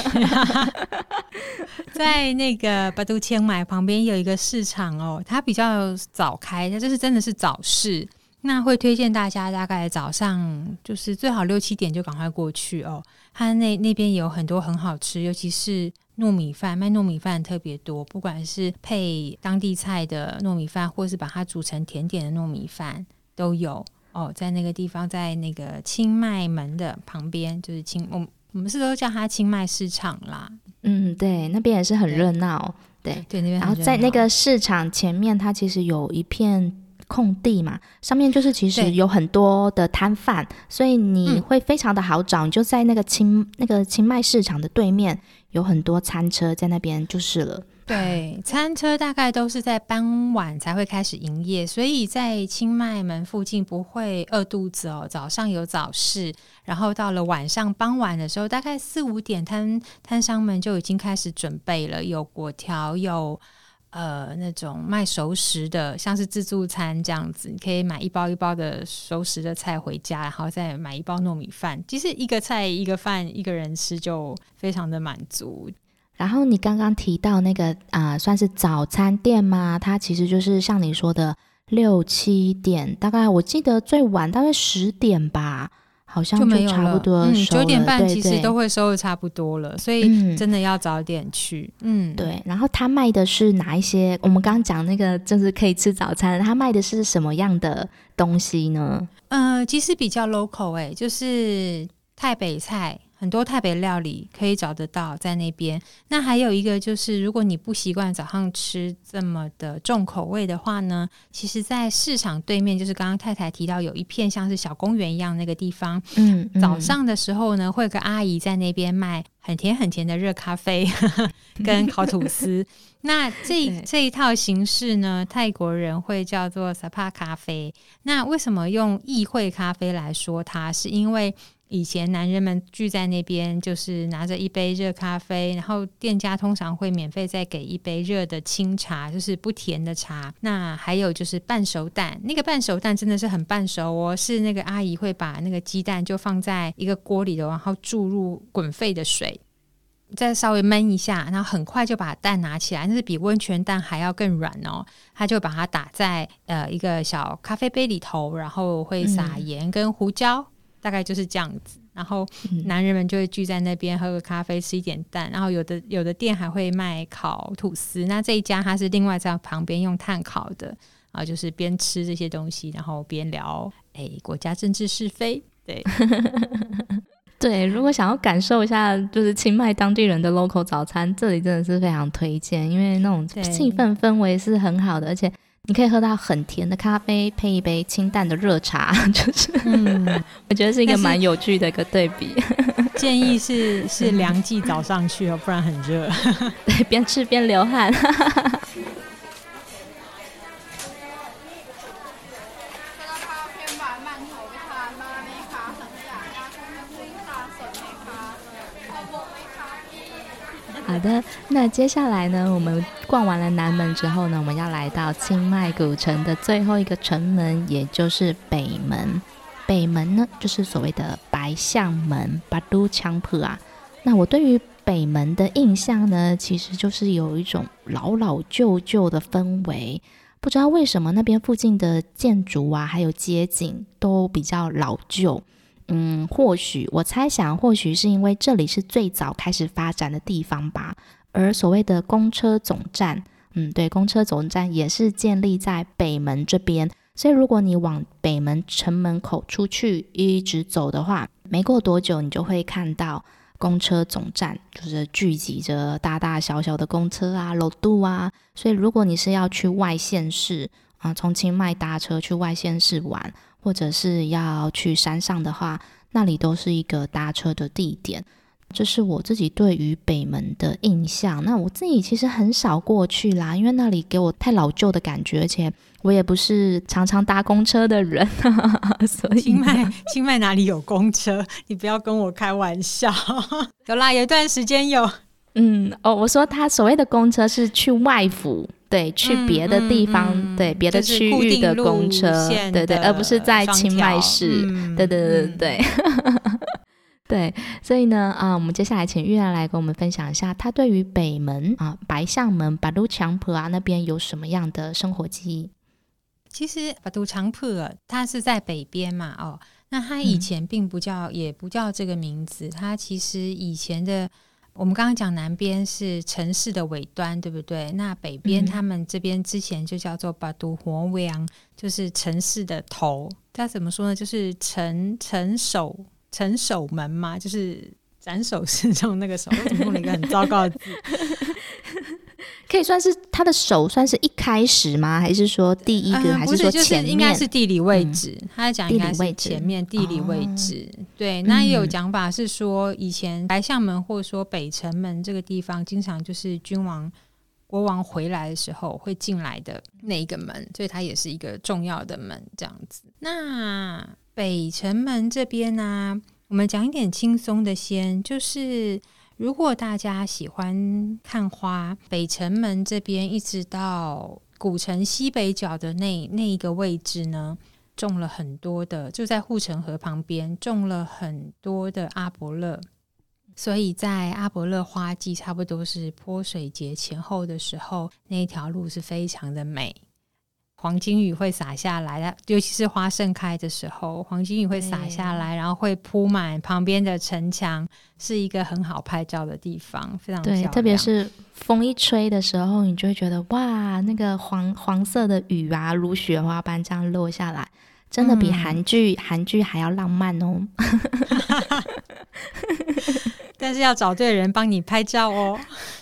在那个巴都清迈旁边有一个市场哦，它比较早开，它就是真的是早市。那会推荐大家大概早上就是最好六七点就赶快过去哦。它那那边有很多很好吃，尤其是糯米饭，卖糯米饭特别多，不管是配当地菜的糯米饭，或是把它煮成甜点的糯米饭都有哦。在那个地方，在那个清迈门的旁边，就是清我们我们是都叫它清迈市场啦。 嗯，对，那边也是很热闹。对 对, 对，那边很热闹。然后在那个市场前面，它其实有一片空地嘛，上面就是其实有很多的摊贩，所以你会非常的好找、嗯、你就在那个清那个清迈市场的对面有很多餐车在那边就是了。 对，餐车大概都是在傍晚才会开始营业，所以在清迈门附近不会饿肚子哦。早上有早市，然后到了晚上傍晚的时候，大概四五点摊摊商们就已经开始准备了，有粿条，有呃那种卖熟食的，像是自助餐这样子，你可以买一包一包的熟食的菜回家，然后再买一包糯米饭，其实一个菜一个饭一个人吃就非常的满足。 然后你刚刚提到那个啊、呃，算是早餐店吗？它其实就是像你说的六七点，大概我记得最晚大概十点吧，好像就差不多收了。 嗯，九点半其实都会收的差不多了，所以真的要早点去。嗯， 对。然后他卖的是哪一些？我们刚刚讲那个就是可以吃早餐，他卖的是什么样的东西呢？ 呃，其实比较 local 哎、欸，就是泰北菜。很多泰北料理可以找得到在那边。那还有一个就是如果你不习惯早上吃这么的重口味的话呢，其实在市场对面就是刚刚太太提到有一片像是小公园一样那个地方，嗯，嗯早上的时候呢会有个阿姨在那边卖很甜很甜的热咖啡跟烤吐司那这这一套形式呢泰国人会叫做 Sapa 咖啡。那为什么用议会咖啡来说它，是因为以前男人们聚在那边就是拿着一杯热咖啡，然后店家通常会免费再给一杯热的清茶，就是不甜的茶。那还有就是半熟蛋，那个半熟蛋真的是很半熟哦，是那个阿姨会把那个鸡蛋就放在一个锅里头，然后注入滚沸的水，再稍微焖一下，然后很快就把蛋拿起来，那是比温泉蛋还要更软哦。他就把它打在呃一个小咖啡杯里头，然后会撒盐跟胡椒、嗯大概就是这样子，然后男人们就会聚在那边喝个咖啡吃一点蛋，然后有的有的店还会卖烤吐司，那这一家它是另外在旁边用炭烤的啊，就是边吃这些东西然后边聊哎国家政治是非。对对，如果想要感受一下就是清迈当地人的 local 早餐，这里真的是非常推荐，因为那种气氛氛围是很好的，而且你可以喝到很甜的咖啡配一杯清淡的热茶，就是、嗯、我觉得是一个蛮有趣的一个对比。 建议是是凉季早上去哦，不然很热。 对，边吃边流汗。好的，那接下来呢，我们逛完了南门之后呢，我们要来到清迈古城的最后一个城门，也就是北门。北门呢，就是所谓的白象门 Batu Campur 啊。那我对于北门的印象呢，其实就是有一种老老旧旧的氛围。不知道为什么那边附近的建筑啊，还有街景都比较老旧。嗯，或许我猜想，或许是因为这里是最早开始发展的地方吧。而所谓的公车总站，嗯，对，公车总站也是建立在北门这边。所以如果你往北门城门口出去一直走的话，没过多久你就会看到公车总站，就是聚集着大大小小的公车啊、楼渡啊。所以如果你是要去外县市啊，从清迈搭车去外县市玩，或者是要去山上的话，那里都是一个搭车的地点。这是我自己对于北门的印象。那我自己其实很少过去啦，因为那里给我太老旧的感觉，而且我也不是常常搭公车的人。所以清迈清迈哪里有公车？你不要跟我开玩笑。有啦，有一段时间有。 嗯，哦，我说他所谓的公车是去外府，对，去别的地方，嗯嗯、对，别的区域的公车， 就是、 对对，而不是在清迈市。嗯、对对对对。嗯对，所以呢，啊、呃，我们接下来请玉兰来跟我们分享一下，她对于北门啊、白象门 Batu Campur 啊那边有什么样的生活记忆？ 其实 Batu Campur 它是在北边嘛，哦，那它以前并不叫，嗯、也不叫这个名字，它其实以前的，我们刚刚讲南边是城市的尾端，对不对？那北边他们这边之前就叫做 Batu Hluang， 就是城市的头，它怎么说呢？就是城城首。城守门嘛，就是斩首示众那个手，我怎么用了一个很糟糕的字？ 可以算是他的手算是一开始吗？还是说第一个？ 嗯、 还是说前面？ 就是应该是地理位置。嗯、他在讲应该是前面地理位置。哦、对，那也有讲法是说，以前来相门或者说北城门这个地方，经常就是君王、国王回来的时候会进来的那一个门，所以它也是一个重要的门，这样子。那北城门这边呢、啊，我们讲一点轻松的先，就是如果大家喜欢看花，北城门这边一直到古城西北角的那那一个位置呢，种了很多的，就在护城河旁边种了很多的阿伯勒，所以在阿伯勒花季差不多是泼水节前后的时候，那一条路是非常的美。黄金雨会洒下来，尤其是花盛开的时候，黄金雨会洒下来，然后会铺满旁边的城墙，是一个很好拍照的地方，非常漂亮。 对，特别是风一吹的时候，你就会觉得哇，那个黄黄色的雨啊，如雪花般这样落下来，真的比韩剧、嗯、韩剧还要浪漫哦。 但是要找对人帮你拍照哦。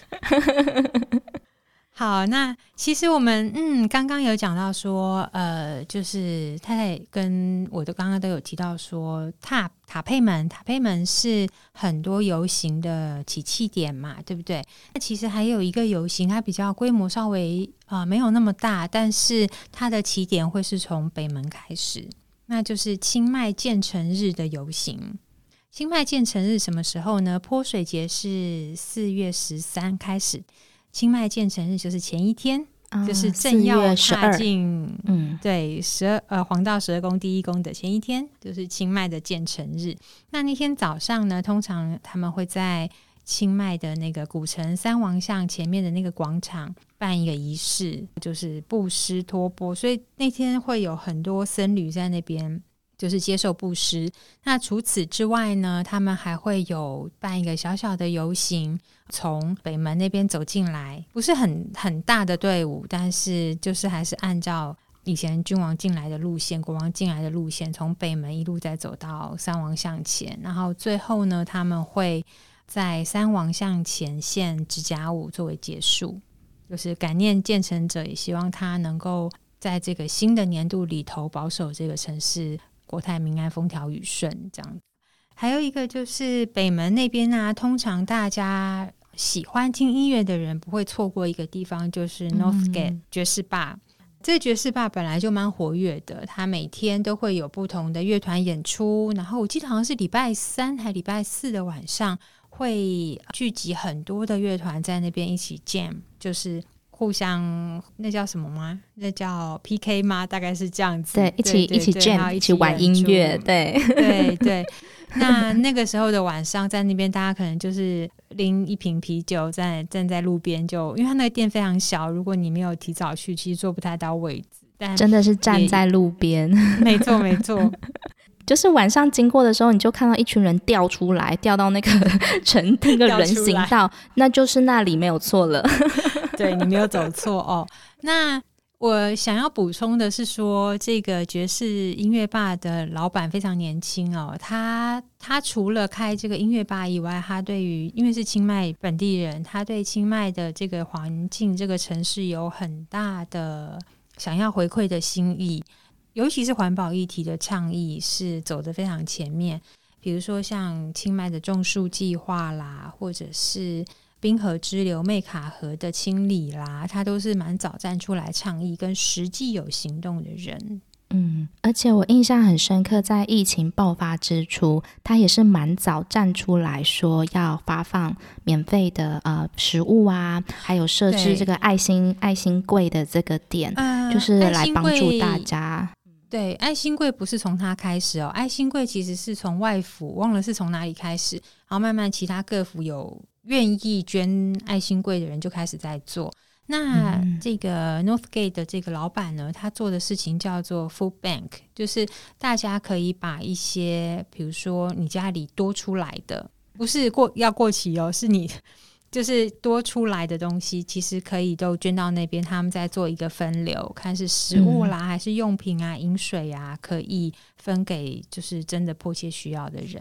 好，那其实我们嗯刚刚有讲到说，呃，就是太太跟我都刚刚都有提到说，塔塔佩门，塔佩门是很多游行的起讫点嘛，对不对？那其实还有一个游行，它比较规模稍微啊、呃、没有那么大，但是它的起点会是从北门开始，那就是清迈建成日的游行。清迈建成日什么时候呢？泼水节是四月十三开始。清迈建成日就是前一天，哦、就是正要踏进嗯对十二呃黄道十二宫第一宫的前一天，就是清迈的建成日。那那天早上呢，通常他们会在清迈的那个古城三王像前面的那个广场办一个仪式，就是布施托钵，所以那天会有很多僧侣在那边。就是接受布施。那除此之外呢，他们还会有办一个小小的游行，从北门那边走进来，不是很很大的队伍，但是就是还是按照以前君王进来的路线，国王进来的路线，从北门一路再走到三王像前，然后最后呢，他们会在三王像前献指甲舞作为结束，就是感念建成者，也希望他能够在这个新的年度里头保守这个城市国泰民安、风调雨顺这样。还有一个就是北门那边啊，通常大家喜欢听音乐的人不会错过一个地方，就是 Northgate 爵士吧。这个爵士吧本来就蛮活跃的，它每天都会有不同的乐团演出，然后我记得好像是礼拜三还礼拜四的晚上会聚集很多的乐团在那边一起 jam， 就是互相那叫什么吗？那叫 P K 吗？大概是这样子。 对，一起一起 jam， 一起玩音乐。对对对。那那个时候的晚上，在那边大家可能就是拎一瓶啤酒，在站在路边就，因为它那个店非常小，如果你没有提早去，其实坐不太到位置。但真的是站在路边。 没错没错。 就是晚上经过的时候，你就看到一群人掉出来，掉到那个成那个人行道，那就是那里没有错了。 对，你没有走错哦。那我想要补充的是说，这个爵士音乐吧的老板非常年轻哦。他他除了开这个音乐吧以外，他对于因为是清迈本地人，他对清迈的这个环境、这个城市有很大的想要回馈的心意。尤其是环保议题的倡议是走得非常前面，比如说像清迈的种树计划啦，或者是滨河支流妹卡河的清理啦，他都是蛮早站出来倡议跟实际有行动的人。 嗯，而且我印象很深刻，在疫情爆发之初，他也是蛮早站出来说要发放免费的呃食物啊，还有设置这个爱心爱心柜的这个点、呃、就是来帮助大家。 对，爱心柜不是从他开始哦，爱心柜其实是从外府，忘了是从哪里开始，然后慢慢其他各府有愿意捐爱心柜的人就开始在做。那这个 Northgate 的这个老板呢，他做的事情叫做 Food Bank， 就是大家可以把一些比如说你家里多出来的，不是过要过期哦，是你就是多出来的东西，其实可以都捐到那边，他们在做一个分流，看是食物啦、嗯、还是用品啊、饮水啊，可以分给就是真的迫切需要的人。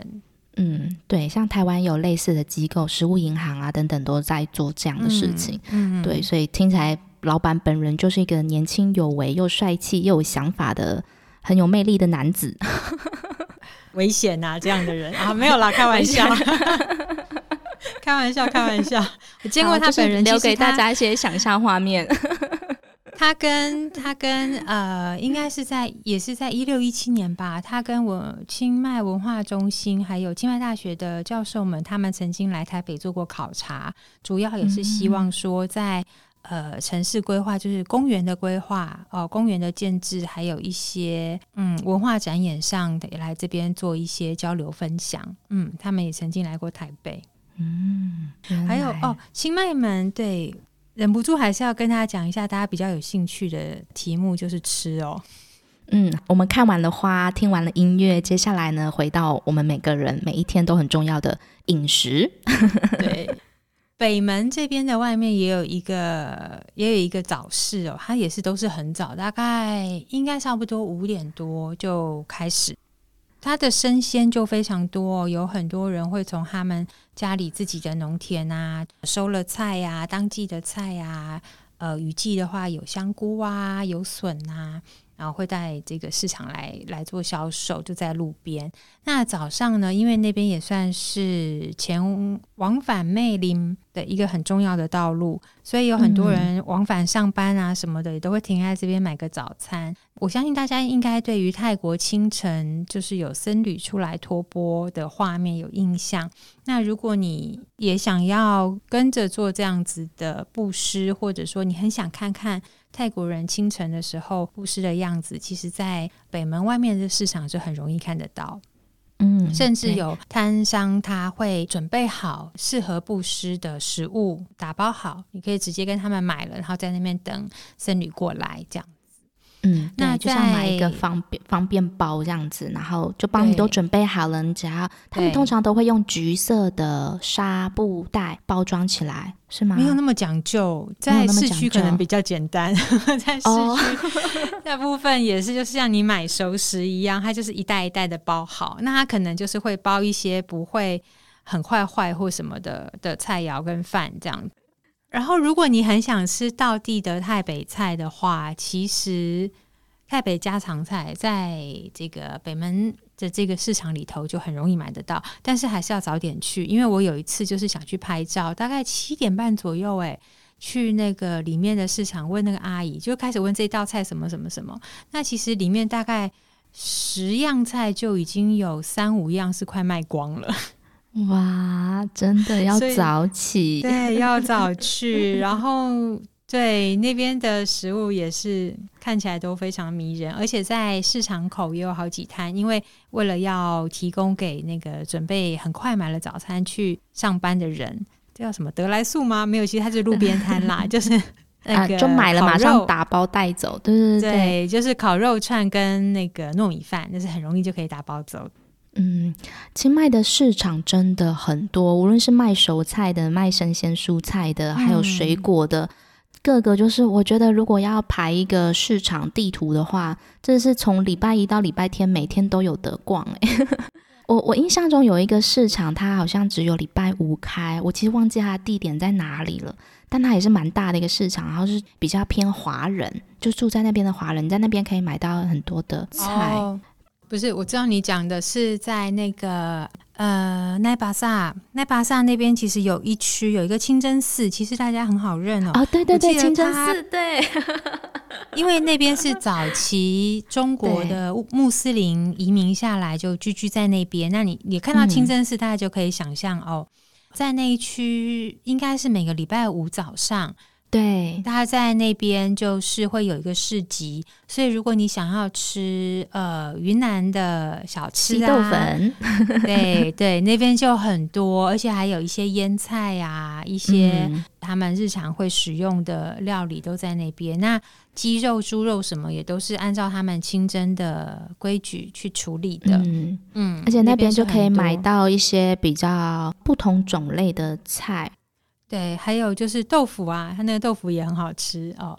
嗯，对，像台湾有类似的机构，食物银行啊等等都在做这样的事情。嗯，对，所以听起来老板本人就是一个年轻有为又帅气又有想法的很有魅力的男子。 危险啊，这样的人啊，没有啦，开玩笑。开玩笑开玩笑，我见过他本人， 就是留给大家一些想象画面。 他跟他跟呃，应该是在也是在一六一七年吧，他跟我清迈文化中心还有清迈大学的教授们，他们曾经来台北做过考察，主要也是希望说在、嗯、呃城市规划，就是公园的规划哦、呃，公园的建制，还有一些嗯文化展演上的来这边做一些交流分享。嗯，他们也曾经来过台北。嗯，还有哦，清迈们对。忍不住还是要跟大家讲一下大家比较有兴趣的题目，就是吃哦。 嗯，我们看完了花，听完了音乐，接下来呢，回到我们每个人每一天都很重要的饮食。 对，北门这边的外面也有一个也有一个早市哦，它也是都是很早，大概应该差不多五点多就开始。它的生鲜就非常多，有很多人会从他们家里自己的农田啊收了菜啊，当季的菜啊，呃，雨季的话有香菇啊，有笋啊，然后会带这个市场来来做销售，就在路边。那早上呢，因为那边也算是前往返美林的一个很重要的道路，所以有很多人往返上班啊什么的，也都会停在这边买个早餐。我相信大家应该对于泰国清晨就是有僧侣出来托钵的画面有印象。那如果你也想要跟着做这样子的布施，或者说你很想看看泰国人清晨的时候布施的样子，其实在北门外面的市场是很容易看得到。嗯，甚至有摊商他会准备好适合布施的食物打包好，你可以直接跟他们买了，然后在那边等僧侣过来这样子。 嗯，那就像买一个方便方便包这样子，然后就帮你都准备好了，你只要他们通常都会用橘色的纱布袋包装起来，是吗？ 没有那么讲究，在市区可能比较简单。在市区大部分也是就是像你买熟食一样，它就是一袋一袋的包好，那它可能就是会包一些不会很快坏或什么的的菜肴跟饭这样。然后如果你很想吃道地的泰北菜的话，其实泰北家常菜在这个北门的这个市场里头就很容易买得到，但是还是要早点去。因为我有一次就是想去拍照，大概七点半左右诶，去那个里面的市场问那个阿姨，就开始问这道菜什么什么什么，那其实里面大概十样菜就已经有三五样是快卖光了。 哇，真的要早起。 对，要早去。然后对那边的食物也是看起来都非常迷人，而且在市场口也有好几摊，因为为了要提供给那个准备很快买了早餐去上班的人，这叫什么得来速吗？没有，其实它是路边摊啦。就是那个、 啊、就买了马上打包带走。对对对, 对就是烤肉串跟那个糯米饭，就是很容易就可以打包走。 嗯，清迈的市场真的很多，无论是卖熟菜的、卖生鲜蔬菜的，还有水果的、嗯、各个就是我觉得如果要排一个市场地图的话，这是从礼拜一到礼拜天每天都有得逛耶我我印象中有一个市场它好像只有礼拜五开，我其实忘记它的地点在哪里了，但它也是蛮大的一个市场，然后是比较偏华人，就住在那边的华人在那边可以买到很多的菜、哦不是，我知道你讲的是在那个呃奈巴萨，奈巴萨那边其实有一区有一个清真寺，其实大家很好认哦。 哦，对对对，清真寺，对， 因为那边是早期中国的穆斯林移民下来就聚居在那边，那你你看到清真寺，大家就可以想象、嗯、哦，在那一区应该是每个礼拜五早上。 对， 他在那边就是会有一个市集，所以如果你想要吃呃云南的小吃啊， 鸡豆粉， 对对，那边就很多，而且还有一些腌菜啊，一些他们日常会使用的料理都在那边。那鸡肉、猪肉什么也都是按照他们清真的规矩去处理的，嗯嗯，而且那边就可以买到一些比较不同种类的菜。 对，还有就是豆腐啊，它那个豆腐也很好吃哦。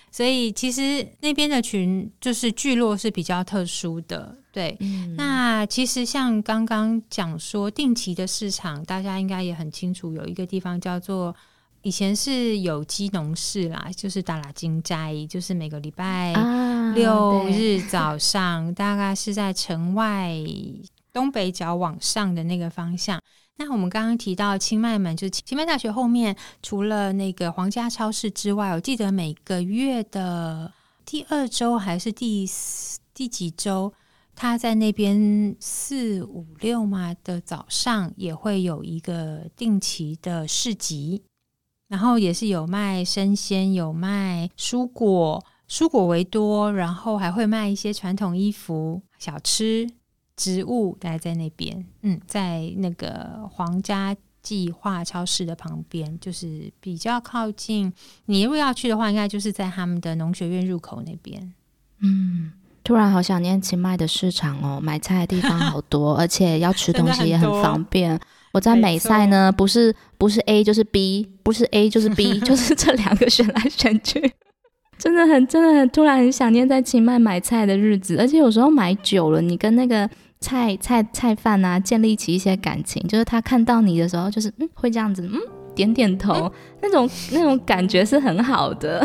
所以其实那边的群就是聚落是比较特殊的。对、嗯、那其实像刚刚讲说定期的市场，大家应该也很清楚，有一个地方叫做以前是有机农事啦，就是达拉金斋，就是每个礼拜六日早上、啊、大概是在城外东北角往上的那个方向。那我们刚刚提到清迈门，就是清迈大学后面除了那个皇家超市之外，我记得每个月的第二周还是第第几周，他在那边四五六嘛的早上也会有一个定期的市集，然后也是有卖生鲜，有卖蔬果，蔬果为多，然后还会卖一些传统衣服、小吃、植物，大概在那边，嗯，在那个皇家计划超市的旁边，就是比较靠近。你如果要去的话，应该就是在他们的农学院入口那边。 嗯，突然好想念清迈的市场哦，买菜的地方好多，而且要吃东西也很方便。我在美赛呢，不是不是 A 就是 B， 不是 A 就是 B， 就是这两个选来选去。真的很真的很突然很想念在清迈买菜的日子，而且有时候买久了，你跟那个菜菜菜贩啊建立起一些感情，就是他看到你的时候，就是嗯会这样子嗯点点头，嗯、那种那种感觉是很好的。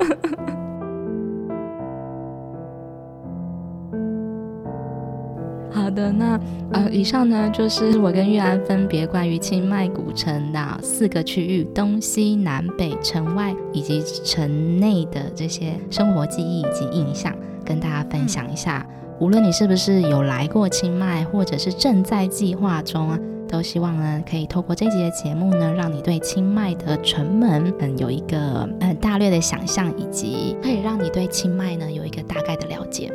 好的，那呃，以上呢就是我跟玉安分别关于清迈古城的四个区域，东西南北城外以及城内的这些生活记忆以及印象，跟大家分享一下。无论你是不是有来过清迈，或者是正在计划中啊，都希望呢可以透过这集的节目呢，让你对清迈的城门嗯有一个很大略的想象，以及可以让你对清迈呢有一个大概的了解。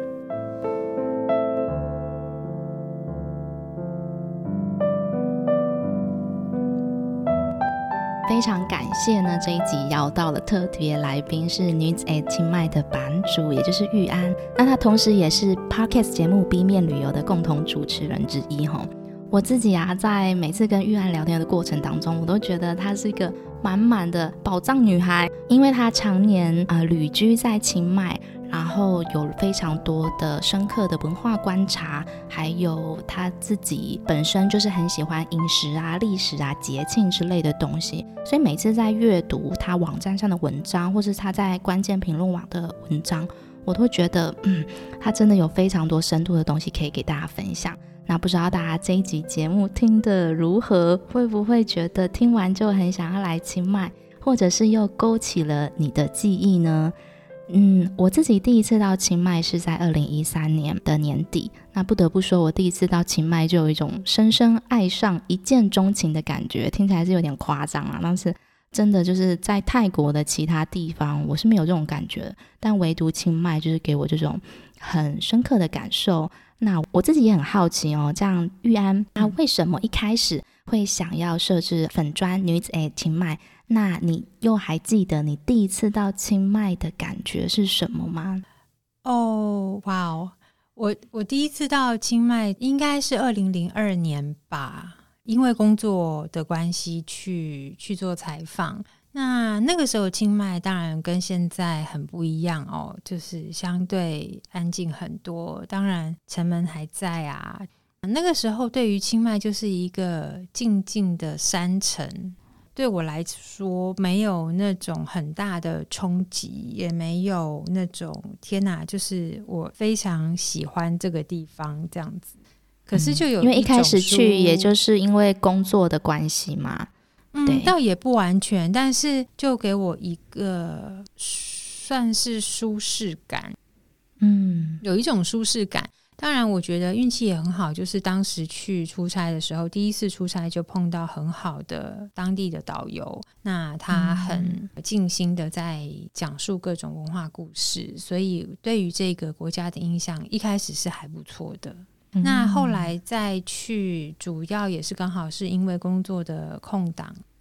非常感谢呢，这一集邀到了特别来宾是女子 at 清迈的版主，也就是玉安。那她同时也是 Podcast 节目 B 面旅游的共同主持人之一吼。我自己啊，在每次跟玉安聊天的过程当中，我都觉得她是一个满满的宝藏女孩，因为她常年、呃、旅居在清迈，然后有非常多的深刻的文化观察，还有他自己本身就是很喜欢饮食啊、历史啊、节庆之类的东西，所以每次在阅读他网站上的文章，或是他在关键评论网的文章，我都会觉得嗯，他真的有非常多深度的东西可以给大家分享。那不知道大家这一集节目听得如何，会不会觉得听完就很想要来清迈，或者是又勾起了你的记忆呢？嗯，我自己第一次到清迈是在二零一三年的年底，那不得不说我第一次到清迈就有一种深深爱上一见钟情的感觉，听起来是有点夸张啊，但是真的就是在泰国的其他地方我是没有这种感觉的，但唯独清迈就是给我这种很深刻的感受。那我自己也很好奇哦，这样玉安他为什么一开始会想要设置粉专女子 at 清迈？那你又还记得你第一次到清迈的感觉是什么吗？ 哦，哇哦，我我第一次到清迈应该是二零零二年吧，因为工作的关系去去做采访。那那个时候清迈当然跟现在很不一样哦，就是相对安静很多，当然城门还在啊。那个时候对于清迈就是一个静静的山城，对我来说没有那种很大的冲击，也没有那种天哪，就是我非常喜欢这个地方这样子。可是就有、嗯、 因为一开始去也就是因为工作的关系嘛。 嗯，倒也不完全，但是就给我一个算是舒适感，嗯，有一种舒适感。当然我觉得运气也很好，就是当时去出差的时候，第一次出差就碰到很好的当地的导游，那他很尽心的在讲述各种文化故事，所以对于这个国家的印象一开始是还不错的。那后来再去主要也是刚好是因为工作的空档，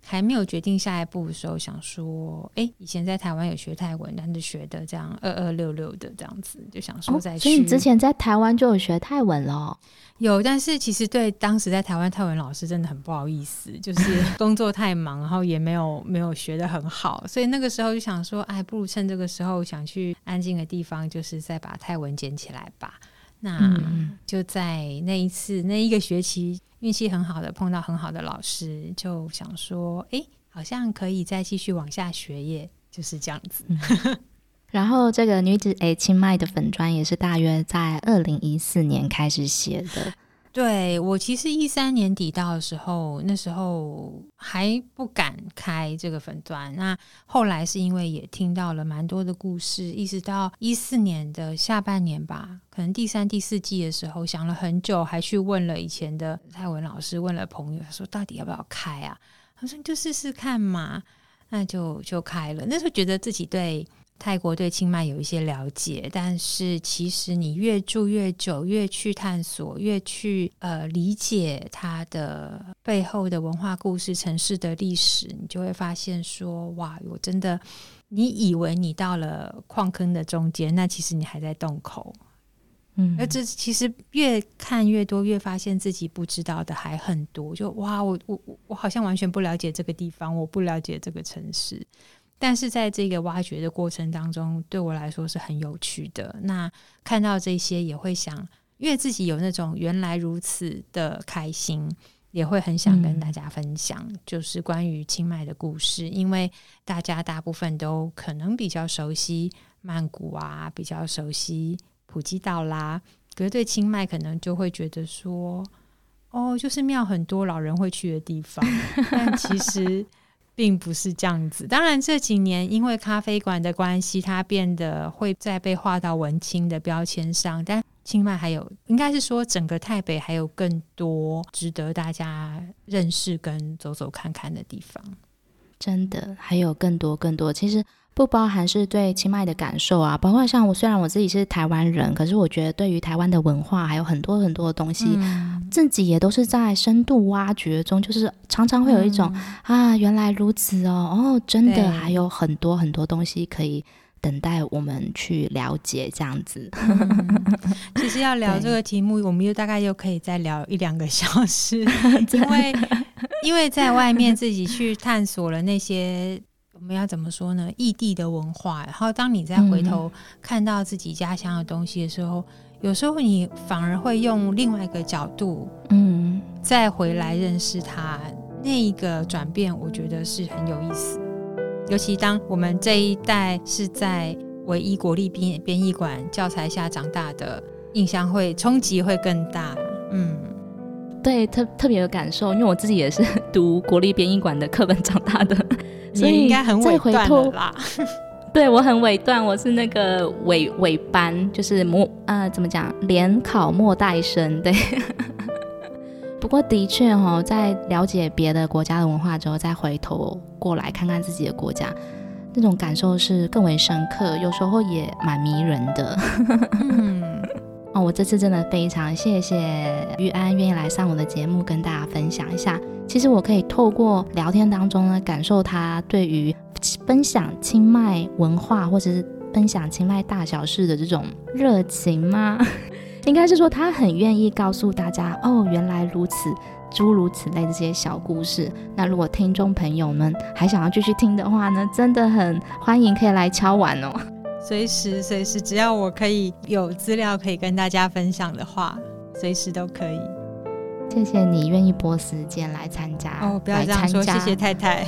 还没有决定下一步的时候，想说，哎，以前在台湾有学泰文，但是学的这样二二六六的这样子，就想说再去。 哦，所以你之前在台湾就有学泰文了？ 有，但是其实对当时在台湾泰文老师真的很不好意思，就是工作太忙，然后也没有没有学得很好，所以那个时候就想说，哎，不如趁这个时候想去安静的地方，就是再把泰文捡起来吧。那就在那一次那一个学期，运气很好的碰到很好的老师，就想说，哎，好像可以再继续往下学业，就是这样子。 嗯然后这个女子 A 清迈的粉专也是大约在二零一四年开始写的。 对，我其实一三年底到的时候，那时候还不敢开这个粉专，那后来是因为也听到了蛮多的故事，一直到一四年的下半年吧，可能第三第四季的时候想了很久，还去问了以前的泰文老师，问了朋友，说到底要不要开啊？他说就试试看嘛，那就就开了。那时候觉得自己对泰国对清迈有一些了解，但是其实你越住越久，越去探索，越去呃理解它的背后的文化故事、城市的历史，你就会发现说，哇，我真的，你以为你到了矿坑的中间，那其实你还在洞口。嗯，而这其实越看越多，越发现自己不知道的还很多。就哇，我我我好像完全不了解这个地方，我不了解这个城市。但是在这个挖掘的过程当中，对我来说是很有趣的。那看到这些也会想，因为自己有那种原来如此的开心，也会很想跟大家分享，嗯、就是关于清迈的故事。因为大家大部分都可能比较熟悉曼谷啊，比较熟悉普吉岛啦，可是对清迈可能就会觉得说，哦，就是庙很多老人会去的地方，但其实并不是这样子。当然这几年因为咖啡馆的关系，它变得会再被划到文青的标签上，但清迈还有，应该是说整个泰北还有更多值得大家认识跟走走看看的地方。 真的还有更多更多，其实不包含是对清迈的感受啊，包括像我，虽然我自己是台湾人，可是我觉得对于台湾的文化还有很多很多的东西、嗯、自己也都是在深度挖掘中，就是常常会有一种、嗯、啊原来如此哦哦，真的还有很多很多东西可以等待我们去了解这样子、 嗯、其实要聊这个题目我们又大概又可以再聊一两个小时因为因为在外面自己去探索了那些我们要怎么说呢，异地的文化，然后当你再回头看到自己家乡的东西的时候、嗯、有时候你反而会用另外一个角度嗯，再回来认识它，那一个转变我觉得是很有意思。尤其当我们这一代是在唯一国立编编译馆教材下长大的，印象会冲击会更大。嗯， 对，特特别有感受，因为我自己也是读国立编译馆的课本长大的，所以你应该很尾段了啦。 对，我很尾段，我是那个尾尾班，就是末呃怎么讲，联考末代生。对。不过的确哦，在了解别的国家的文化之后，再回头过来看看自己的国家，那种感受是更为深刻，有时候也蛮迷人的。嗯，哦，我这次真的非常谢谢玉安愿意来上我的节目，跟大家分享一下。其实我可以透过聊天当中呢，感受他对于分享清迈文化或者是分享清迈大小事的这种热情吗？应该是说他很愿意告诉大家，哦，原来如此，诸如此类的这些小故事。那如果听众朋友们还想要继续听的话呢，真的很欢迎可以来敲碗哦。 随时随时，只要我可以有资料可以跟大家分享的话，随时都可以。 谢谢你愿意拨时间来参加。 哦，不要这样说，谢谢太太。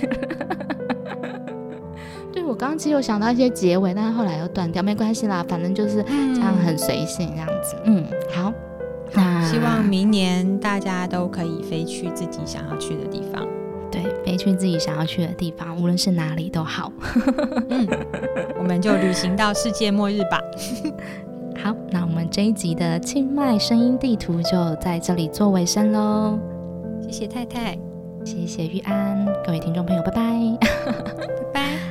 对，我刚刚其实有想到一些结尾，但是后来又断掉，没关系啦，反正就是这样很随性这样子。嗯，好，那希望明年大家都可以飞去自己想要去的地方。 对，飞去自己想要去的地方，无论是哪里都好。 嗯，我们就旅行到世界末日吧。 好，那我们这一集的清迈声音地图就在这里做尾声咯。 谢谢太太， 谢谢玉安，各位听众朋友，拜拜。 拜拜。